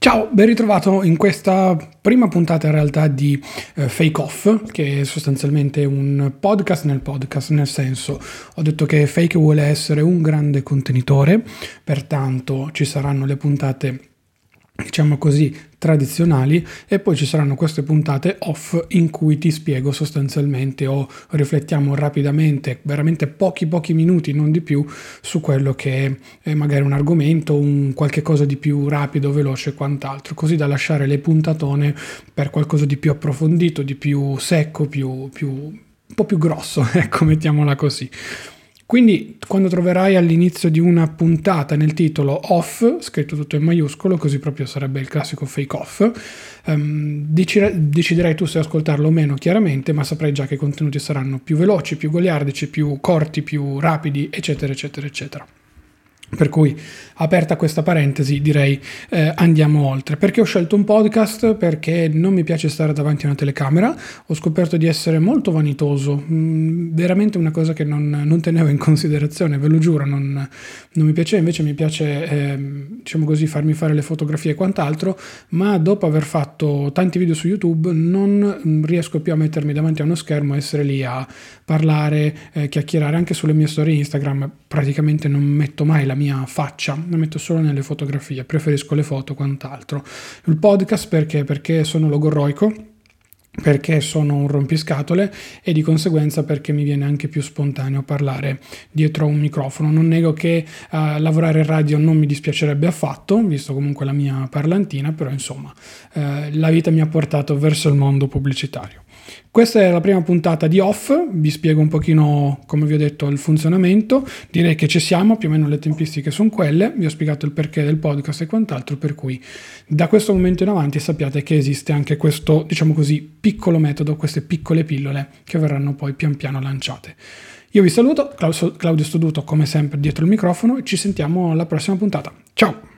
Ciao, ben ritrovato in questa prima puntata in realtà di Fake Off, che è sostanzialmente un podcast nel podcast, nel senso ho detto che Fake vuole essere un grande contenitore, pertanto ci saranno le puntate diciamo così tradizionali e poi ci saranno queste puntate off in cui ti spiego sostanzialmente o riflettiamo rapidamente, veramente pochi minuti, non di più, su quello che è magari un argomento, un qualche cosa di più rapido, veloce e quant'altro, così da lasciare le puntatone per qualcosa di più approfondito, di più secco, un po' più grosso, ecco, mettiamola così. Quindi quando troverai all'inizio di una puntata nel titolo off, scritto tutto in maiuscolo, così proprio sarebbe il classico fake off, deciderai tu se ascoltarlo o meno chiaramente, ma saprai già che i contenuti saranno più veloci, più goliardici, più corti, più rapidi, eccetera, eccetera, eccetera. Per cui, aperta questa parentesi, direi andiamo oltre. Perché ho scelto un podcast? Perché non mi piace stare davanti a una telecamera, ho scoperto di essere molto vanitoso, veramente una cosa che non tenevo in considerazione, ve lo giuro, non mi piaceva, invece mi piace, diciamo così, farmi fare le fotografie e quant'altro, ma dopo aver fatto tanti video su YouTube non riesco più a mettermi davanti a uno schermo e essere lì a parlare, chiacchierare. Anche sulle mie storie Instagram praticamente non metto mai la mia faccia, la metto solo nelle fotografie, preferisco le foto quant'altro. Il podcast perché sono logorroico, perché sono un rompiscatole e di conseguenza perché mi viene anche più spontaneo parlare dietro a un microfono. Non nego che lavorare in radio non mi dispiacerebbe affatto, visto comunque la mia parlantina, però insomma la vita mi ha portato verso il mondo pubblicitario. Questa è la prima puntata di Off, vi spiego un pochino, come vi ho detto, il funzionamento. Direi che ci siamo, più o meno le tempistiche sono quelle, vi ho spiegato il perché del podcast e quant'altro, per cui da questo momento in avanti sappiate che esiste anche questo, diciamo così, piccolo metodo, queste piccole pillole che verranno poi pian piano lanciate. Io vi saluto, Claudio Stoduto come sempre dietro il microfono e ci sentiamo alla prossima puntata. Ciao!